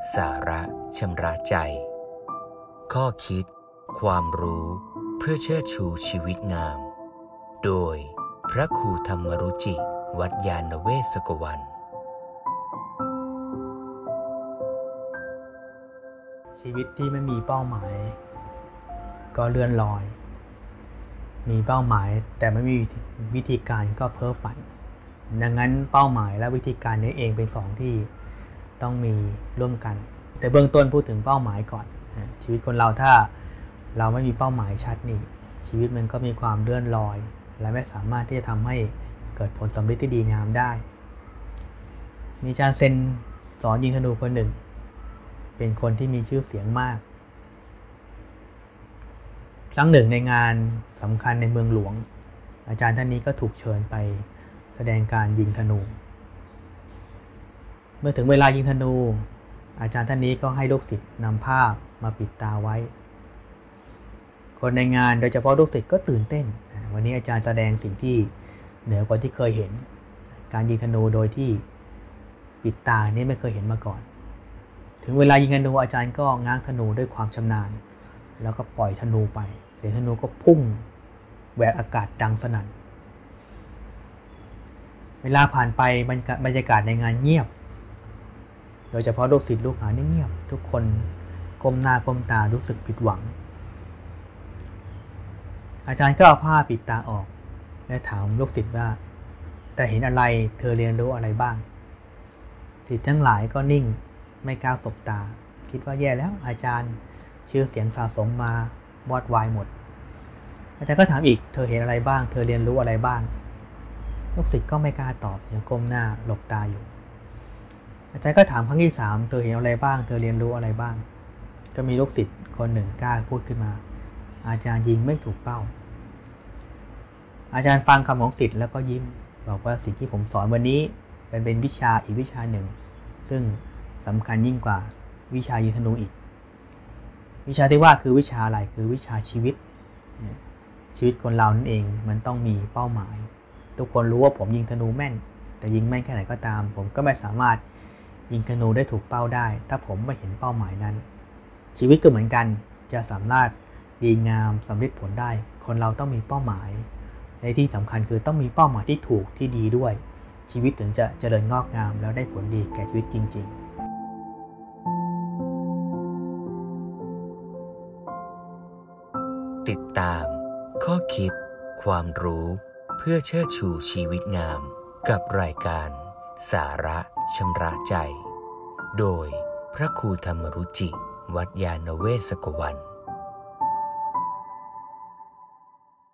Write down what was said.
สาระชำระใจข้อคิดความรู้เพื่อเชิดชูชีวิตงามโดยพระครูธรรมรุจิวัดยานเวศกวันชีวิตที่ไม่มีเป้าหมายก็เลื่อนลอยมีเป้าหมายแต่ไม่มีวิธีการก็เพ้อฝันดังนั้นเป้าหมายและวิธีการนี้เองเป็นสองที่ต้องมีร่วมกันแต่เบื้องต้นพูดถึงเป้าหมายก่อนชีวิตคนเราถ้าเราไม่มีเป้าหมายชัดนี่ชีวิตมันก็มีความเลื่อนลอยและไม่สามารถที่จะทำให้เกิดผลสำเร็จที่ดีงามได้มีอาจารย์เซนสอนยิงธนูคนหนึ่งเป็นคนที่มีชื่อเสียงมากครั้งหนึ่งในงานสำคัญในเมืองหลวงอาจารย์ท่านนี้ก็ถูกเชิญไปแสดงการยิงธนูเมื่อถึงเวลายิงธนูอาจารย์ท่านนี้ก็ให้ลูกศิษย์นำผ้ามาปิดตาไว้คนในงานโดยเฉพาะลูกศิษย์ก็ตื่นเต้นวันนี้อาจารย์แสดงสิ่งที่เหนือกว่าที่เคยเห็นการยิงธนูโดยที่ปิดตานี่ไม่เคยเห็นมาก่อนถึงเวลายิงธนูอาจารย์ก็ง้างธนูด้วยความชำนาญแล้วก็ปล่อยธนูไปเสียงธนูก็พุ่งแหวกอากาศดังสนั่นเวลาผ่านไปบรรยากาศในงานเงียบโดยเฉพาะลูกศิษย์ลูกหาเงียบทุกคนก้มหน้าก้มตารู้สึกผิดหวังอาจารย์ก็เอาผ้าปิดตาออกและถามลูกศิษย์ว่าแต่เห็นอะไรเธอเรียนรู้อะไรบ้างศิษย์ทั้งหลายก็นิ่งไม่กล้าสบตาคิดว่าแย่แล้วอาจารย์ชื่อเสียงสะสมมาวอดวายหมดอาจารย์ก็ถามอีกเธอเห็นอะไรบ้างเธอเรียนรู้อะไรบ้างลูกศิษย์ก็ไม่กล้าตอบยังก้มหน้าหลบตาอยู่อาจารย์ก็ถามครั้งที่3เธอเห็นอะไรบ้างเธอเรียนรู้อะไรบ้างก็มีลูกศิษย์คนหนึ่งกล้าพูดขึ้นมาอาจารย์ยิงไม่ถูกเป้าอาจารย์ฟังคำของศิษย์แล้วก็ยิ้มบอกว่าสิ่งที่ผมสอนวันนี้เป็นวิชาอีกวิชาหนึ่งซึ่งสำคัญยิ่งกว่าวิชายิงธนูอีกวิชาที่ว่าคือวิชาอะไรคือวิชาชีวิตคนเรานั่นเองมันต้องมีเป้าหมายทุกคนรู้ว่าผมยิงธนูแม่นแต่ยิงแม่นแค่ไหนก็ตามผมก็ไม่สามารถยิงธนูได้ถูกเป้าได้ถ้าผมไม่เห็นเป้าหมายนั้นชีวิตก็เหมือนกันจะสามารถดีงามสำเร็จผลได้คนเราต้องมีเป้าหมายในที่สำคัญคือต้องมีเป้าหมายที่ถูกที่ดีด้วยชีวิตถึงจะเจริญงอกงามแล้วได้ผลดีแก่ชีวิตจริงติดตามข้อคิดความรู้เพื่อเชิดชูชีวิตงามกับรายการสาระชำระใจโดยพระครูธรรมรุจิวัดยานเวศกวัน